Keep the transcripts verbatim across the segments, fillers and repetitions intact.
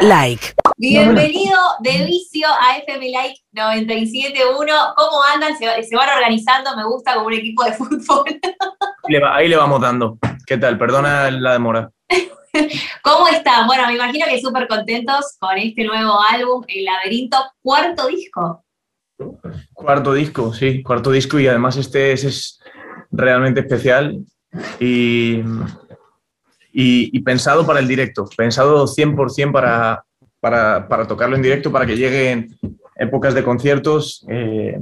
Like. Bienvenido de vicio a F M Like noventa y siete punto uno. ¿Cómo andan? Se, se van organizando, me gusta, como un equipo de fútbol. Le va, ahí le vamos dando. ¿Qué tal? Perdona la demora. ¿Cómo están? Bueno, me imagino que súper contentos con este nuevo álbum, El Laberinto, cuarto disco. Cuarto disco, sí, cuarto disco, y además este es, es realmente especial y, y, y pensado para el directo, pensado cien por ciento para, para, para tocarlo en directo, para que lleguen épocas de conciertos. Eh,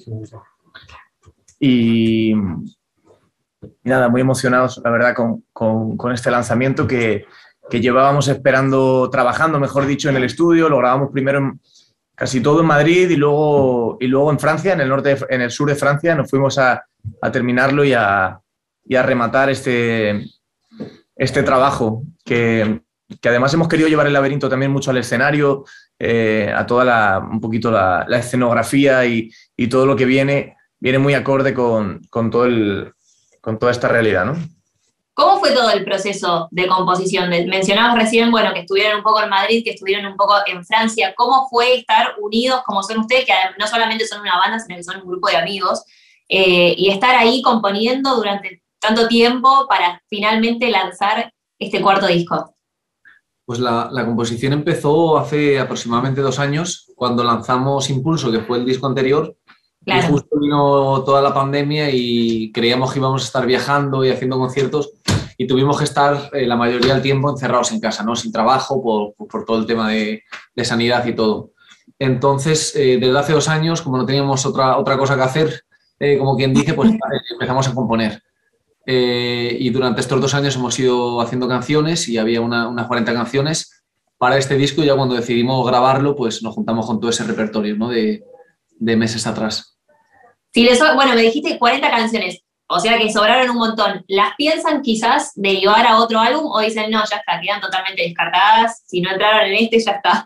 y, y nada, muy emocionados, la verdad, con, con, con este lanzamiento que, que llevábamos esperando, trabajando, mejor dicho, en el estudio. Lo grabamos primero en, casi todo en Madrid y luego, y luego en Francia, en el, norte de, en el sur de Francia. Nos fuimos a, a terminarlo y a, y a rematar este, este trabajo, que, que además hemos querido llevar el laberinto también mucho al escenario, eh, a toda la, un poquito la, la escenografía y, y todo lo que viene, viene muy acorde con, con todo el... con toda esta realidad, ¿no? ¿Cómo fue todo el proceso de composición? Mencionabas recién, bueno, que estuvieron un poco en Madrid, que estuvieron un poco en Francia. ¿Cómo fue estar unidos como son ustedes, que no solamente son una banda, sino que son un grupo de amigos, eh, y estar ahí componiendo durante tanto tiempo para finalmente lanzar este cuarto disco? Pues la, la composición empezó hace aproximadamente dos años, cuando lanzamos Impulso, que fue el disco anterior. Claro. Y justo vino toda la pandemia y creíamos que íbamos a estar viajando y haciendo conciertos y tuvimos que estar eh, la mayoría del tiempo encerrados en casa, ¿no? Sin trabajo por, por todo el tema de, de sanidad y todo. Entonces, eh, desde hace dos años, como no teníamos otra, otra cosa que hacer, eh, como quien dice, pues empezamos a componer. Eh, y durante estos dos años hemos ido haciendo canciones y había una, unas cuarenta canciones para este disco, y ya cuando decidimos grabarlo, pues nos juntamos con todo ese repertorio, ¿no? de, de meses atrás. Si les, bueno, me dijiste cuarenta canciones, o sea que sobraron un montón. ¿Las piensan quizás derivar a otro álbum o dicen, no, ya está, quedan totalmente descartadas, si no entraron en este, ya está?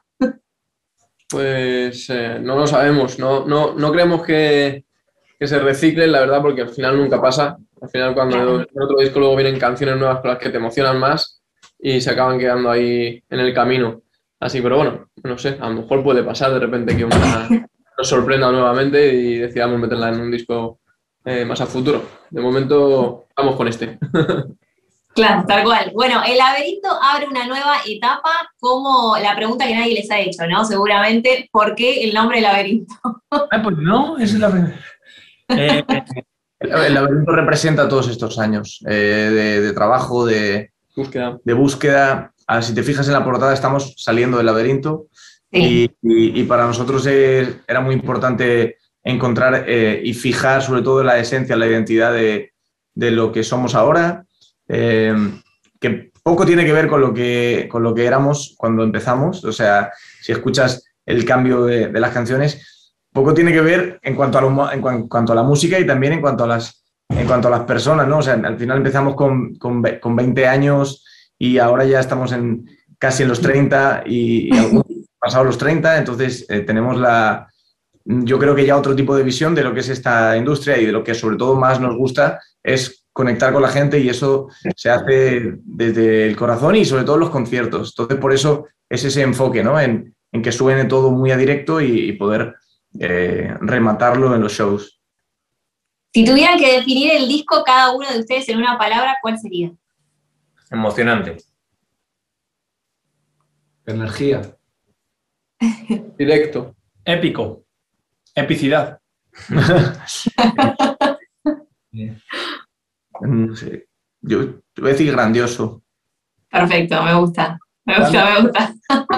Pues eh, no lo sabemos, no, no, no creemos que, que se reciclen, la verdad, porque al final nunca pasa. Al final, cuando claro. en otro disco luego vienen canciones nuevas con las que te emocionan más y se acaban quedando ahí en el camino. Así, pero bueno, no sé, a lo mejor puede pasar de repente que una... nos sorprenda nuevamente y decidamos meterla en un disco eh, más a futuro. De momento, vamos con este. Claro, tal cual. Bueno, El Laberinto abre una nueva etapa, como la pregunta que nadie les ha hecho, ¿no? Seguramente, ¿por qué el nombre Laberinto? Ah, pues no, es el laberinto. Eh, el, el laberinto representa todos estos años eh, de, de trabajo, de búsqueda. de búsqueda. Ah, si te fijas en la portada, estamos saliendo del laberinto. Sí. Y, y, y para nosotros es, era muy importante encontrar eh, y fijar sobre todo la esencia, la identidad de, de lo que somos ahora, eh, que poco tiene que ver con lo que, con lo que éramos cuando empezamos. O sea, si escuchas el cambio de, de las canciones, poco tiene que ver en cuanto, a lo, en cuanto a la música y también en cuanto a las, en cuanto a las personas, ¿no? O sea, al final empezamos con, con, con veinte años y ahora ya estamos en, casi en los treinta y, y algunos pasado los treinta, entonces eh, tenemos la, yo creo que ya otro tipo de visión de lo que es esta industria, y de lo que sobre todo más nos gusta es conectar con la gente, y eso se hace desde el corazón y sobre todo en los conciertos. Entonces por eso es ese enfoque, ¿no? En, en que suene todo muy a directo y, y poder eh, rematarlo en los shows. Si tuvieran que definir el disco cada uno de ustedes en una palabra, ¿cuál sería? Emocionante. Energía. Directo. Épico. Epicidad. No sé. Yo voy a decir grandioso. Perfecto, me gusta. Me gusta, me gusta.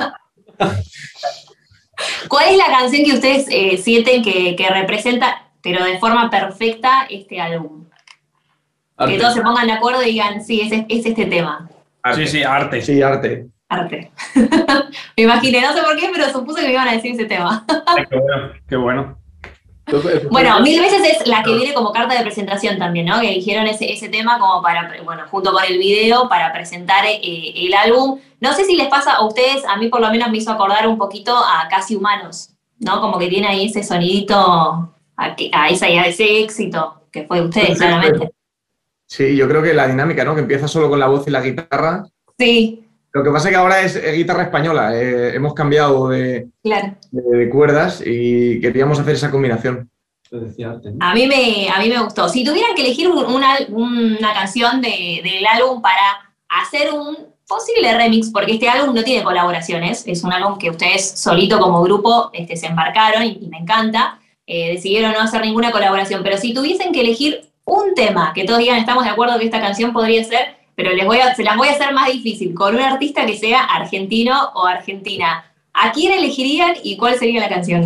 ¿Cuál es la canción que ustedes eh, sienten que, que representa, pero de forma perfecta, este álbum? Arte. Que todos se pongan de acuerdo y digan, sí, es, es este tema. Arte. Sí, sí, arte. Sí, arte. Arte. Me imaginé, no sé por qué, pero supuse que me iban a decir ese tema. Ay, qué bueno, qué bueno. Bueno, Mil veces es la que viene como carta de presentación también, ¿no? Que eligieron ese, ese tema como para, bueno, junto con el video, para presentar eh, el álbum. No sé si les pasa a ustedes, a mí por lo menos me hizo acordar un poquito a Casi Humanos, ¿no? Como que tiene ahí ese sonidito, a, a, esa, a ese éxito que fue de ustedes, claramente. Sí, yo creo que la dinámica, ¿no? Que empieza solo con la voz y la guitarra. Sí. Creo Lo que pasa es que ahora es eh, guitarra española. Eh, hemos cambiado de, Claro. de, de cuerdas y queríamos hacer esa combinación. A mí me, a mí me gustó. Si tuvieran que elegir un- una, una canción de- del álbum para hacer un posible remix, porque este álbum no tiene colaboraciones, es un álbum que ustedes solito como grupo este, se embarcaron y, y me encanta, eh, decidieron no hacer ninguna colaboración, pero si tuviesen que elegir un tema, que todos digan estamos de acuerdo que esta canción podría ser, pero les voy a, se las voy a hacer más difícil, con un artista que sea argentino o argentina, ¿a quién elegirían y cuál sería la canción?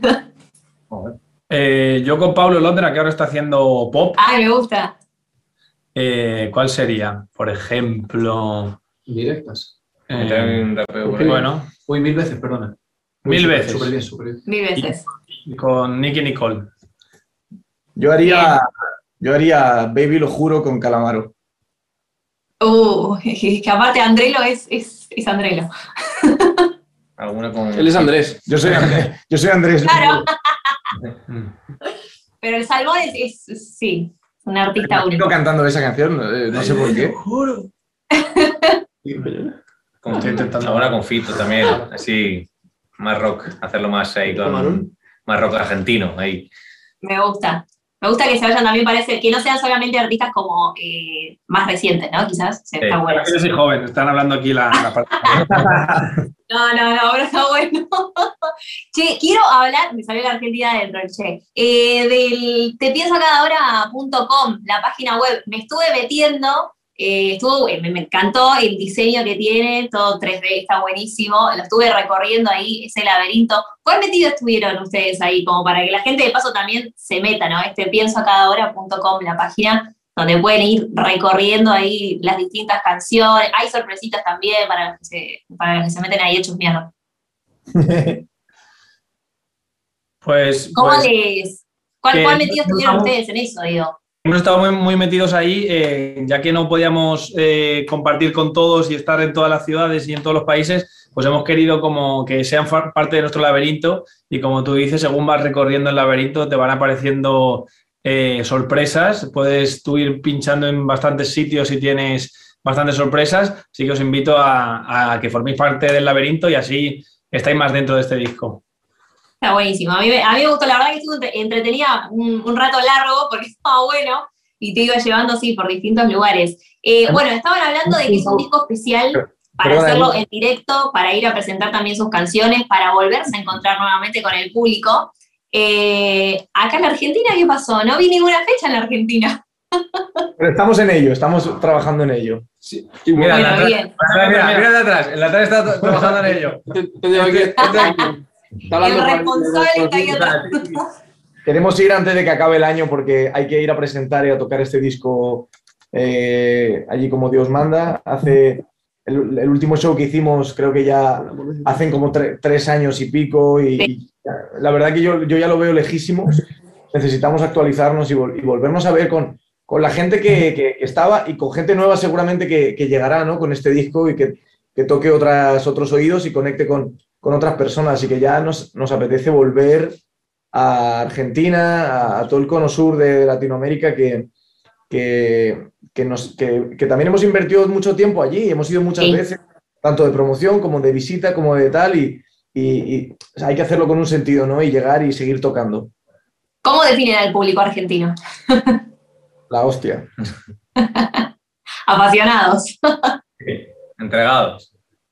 Eh, yo con Pablo Londra, que ahora está haciendo pop. Ay, me gusta. Eh, ¿Cuál sería? Por ejemplo. Directas. Eh, Porque- bueno, Uy, mil veces, perdona. Mil Súper- veces. Súper bien, súper bien. Mil veces. con Nicky Nicole. Yo haría, yo haría Baby Lo Juro con Calamaro. Uh, es que aparte Andrelo es, es, es Andrelo. Alguna con... Él es Andrés. Yo soy Andrés. Yo soy Andrés. Claro. Pero el Salmón es, es- sí, un artista Estoy único. cantando esa canción, eh, no sé por qué. Con, Estoy intentando- ahora con Fito también, así, más rock, hacerlo más ahí con más rock argentino, ahí. Me gusta. Me gusta que se vayan también, parece, que no sean solamente artistas como eh, más recientes, ¿no? Quizás, sí, está bueno. Yo soy joven, están hablando aquí la, la parte. No, no, no, pero está bueno. Che, quiero hablar, me salió la Argentina dentro, che, eh, del te pienso cada hora punto com, la página web. Me estuve metiendo, eh, estuvo, eh, me, me encantó el diseño que tiene, todo tres D, está buenísimo. Lo estuve recorriendo ahí, ese laberinto. ¿Cuál metido estuvieron ustedes ahí? Como para que la gente de paso también se meta, ¿no? Este pienso cada hora punto com, la página donde pueden ir recorriendo ahí las distintas canciones. Hay sorpresitas también para los que se, para los que se meten ahí hechos mierda. Pues, ¿Cómo pues, les, ¿Cuál, que cuál metido estuvieron estamos- ustedes en eso, digo? hemos estado muy, muy metidos ahí, eh, ya que no podíamos eh, compartir con todos y estar en todas las ciudades y en todos los países, pues hemos querido como que sean fa- parte de nuestro laberinto y como tú dices, según vas recorriendo el laberinto te van apareciendo eh, sorpresas, puedes tú ir pinchando en bastantes sitios y tienes bastantes sorpresas, así que os invito a, a que forméis parte del laberinto y así estáis más dentro de este disco. Está buenísimo. A mí, me- a mí me gustó, la verdad que estuvo entre- entretenida un, un rato largo porque estaba bueno y te iba llevando así por distintos lugares. Eh, bueno, estaban hablando de que es un disco especial para Perdona, hacerlo Emma. en directo, para ir a presentar también sus canciones, para volverse a encontrar nuevamente con el público. Eh, acá en la Argentina, ¿qué pasó? No vi ninguna fecha en la Argentina. Pero estamos en ello, estamos trabajando en ello. Sí. Y Mira, Bueno, la atrás- bien. mira, mira, mira de atrás, el de atrás está trabajando en ello. Te- te digo que- este aquí está hablando El con- responsable está ahí atrás. Queremos ir antes de que acabe el año porque hay que ir a presentar y a tocar este disco eh, allí como Dios manda. Hace el, el último show que hicimos, creo que ya hacen como tre- tres años y pico y, y la verdad que yo, yo ya lo veo lejísimo. Necesitamos actualizarnos y, vol- y volvernos a ver con, con la gente que, que- que estaba y con gente nueva seguramente que, que llegará, ¿no? Con este disco y que, que toque otras, otros oídos y conecte con, con otras personas. Así que ya nos, nos apetece volver a Argentina, a, a todo el cono sur de Latinoamérica, que, que, que, nos, que, que también hemos invertido mucho tiempo allí, hemos ido muchas Sí. veces, tanto de promoción como de visita, como de tal, y, y, y, o sea, hay que hacerlo con un sentido, ¿no? Y llegar y seguir tocando. ¿Cómo definen al público argentino? La hostia. Apasionados. Entregados.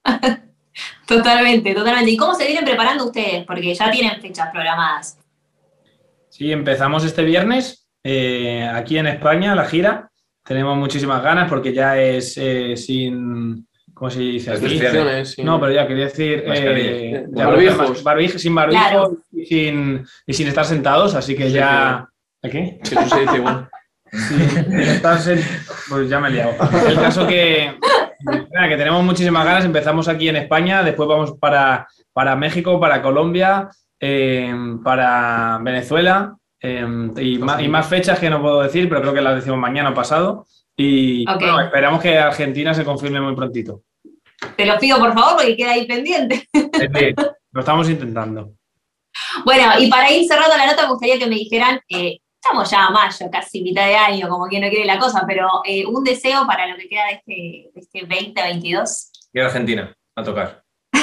Totalmente, totalmente. ¿Y cómo se vienen preparando ustedes? Porque ya tienen fechas programadas. Sí, empezamos este viernes eh, aquí en España, la gira. Tenemos muchísimas ganas porque ya es eh, sin... ¿Cómo se dice aquí? Restricciones, sí. No, pero ya quería decir... Mascarilla. eh, Ya, barbijos. barbijo- sin barbijo Claro. y, sin, y sin estar sentados, así que Sí, ya... ¿Aquí? Que eso se dice igual. Sí, sin estar sen- pues ya me he liado. El caso que, nada, que tenemos muchísimas ganas. Empezamos aquí en España, después vamos para, para México, para Colombia, eh, para Venezuela eh, y, más, y más fechas que no puedo decir, pero creo que las decimos mañana o pasado. Y Ok. bueno, esperamos que Argentina se confirme muy prontito. Te lo pido por favor porque queda ahí pendiente. Es decir, lo estamos intentando. Bueno, y para ir cerrando la nota, me gustaría que me dijeran, eh, estamos ya a mayo, casi mitad de año, como quien no quiere la cosa, pero eh, un deseo para lo que queda de este, de este veinte veintidós. Ir a Argentina a tocar.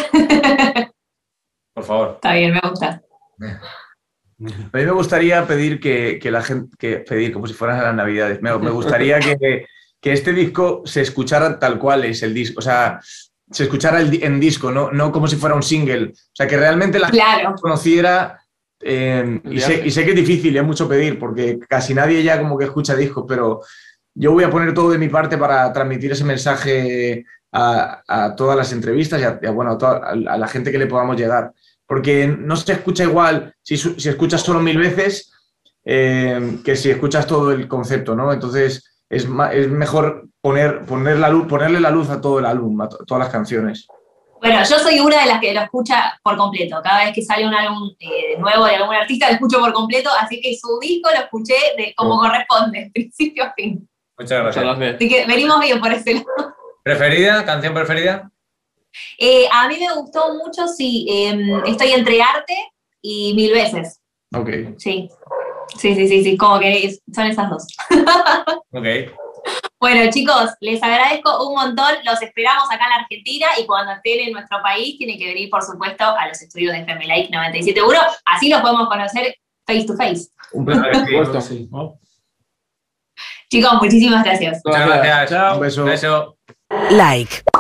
Por favor. Está bien, me gusta. A mí me gustaría pedir que, que la gente, que pedir como si fueran las Navidades, me, me gustaría que, que este disco se escuchara tal cual es el disco, o sea, se escuchara el, en disco, no, no como si fuera un single, o sea, que realmente la claro. gente conociera, eh, y, sé, y sé que es difícil y es mucho pedir, porque casi nadie ya como que escucha discos, pero yo voy a poner todo de mi parte para transmitir ese mensaje a, a todas las entrevistas y a, y a, bueno, a, toda, a la gente que le podamos llegar. Porque no se escucha igual si, si escuchas solo mil veces eh, que si escuchas todo el concepto, ¿no? Entonces es, es mejor poner, poner la luz, ponerle la luz a todo el álbum, a to, todas las canciones. Bueno, yo soy una de las que lo escucha por completo. Cada vez que sale un álbum eh, nuevo de algún artista lo escucho por completo, así que su disco lo escuché de como oh. corresponde, principio a fin. Muchas gracias. Muchas gracias. Así que venimos bien por ese lado. ¿Preferida? ¿Canción preferida? Eh, a mí me gustó mucho, sí, eh, estoy entre Arte y Mil Veces. Ok. Sí, sí, sí, sí, sí, como que son esas dos. Ok. Bueno, chicos, les agradezco un montón, los esperamos acá en la Argentina y cuando estén en nuestro país tienen que venir, por supuesto, a los estudios de F M Like noventa y siete punto uno, así los podemos conocer face to face. Un placer, sí. Chicos, muchísimas gracias. Muchas gracias. Chao. Un beso. beso. Like.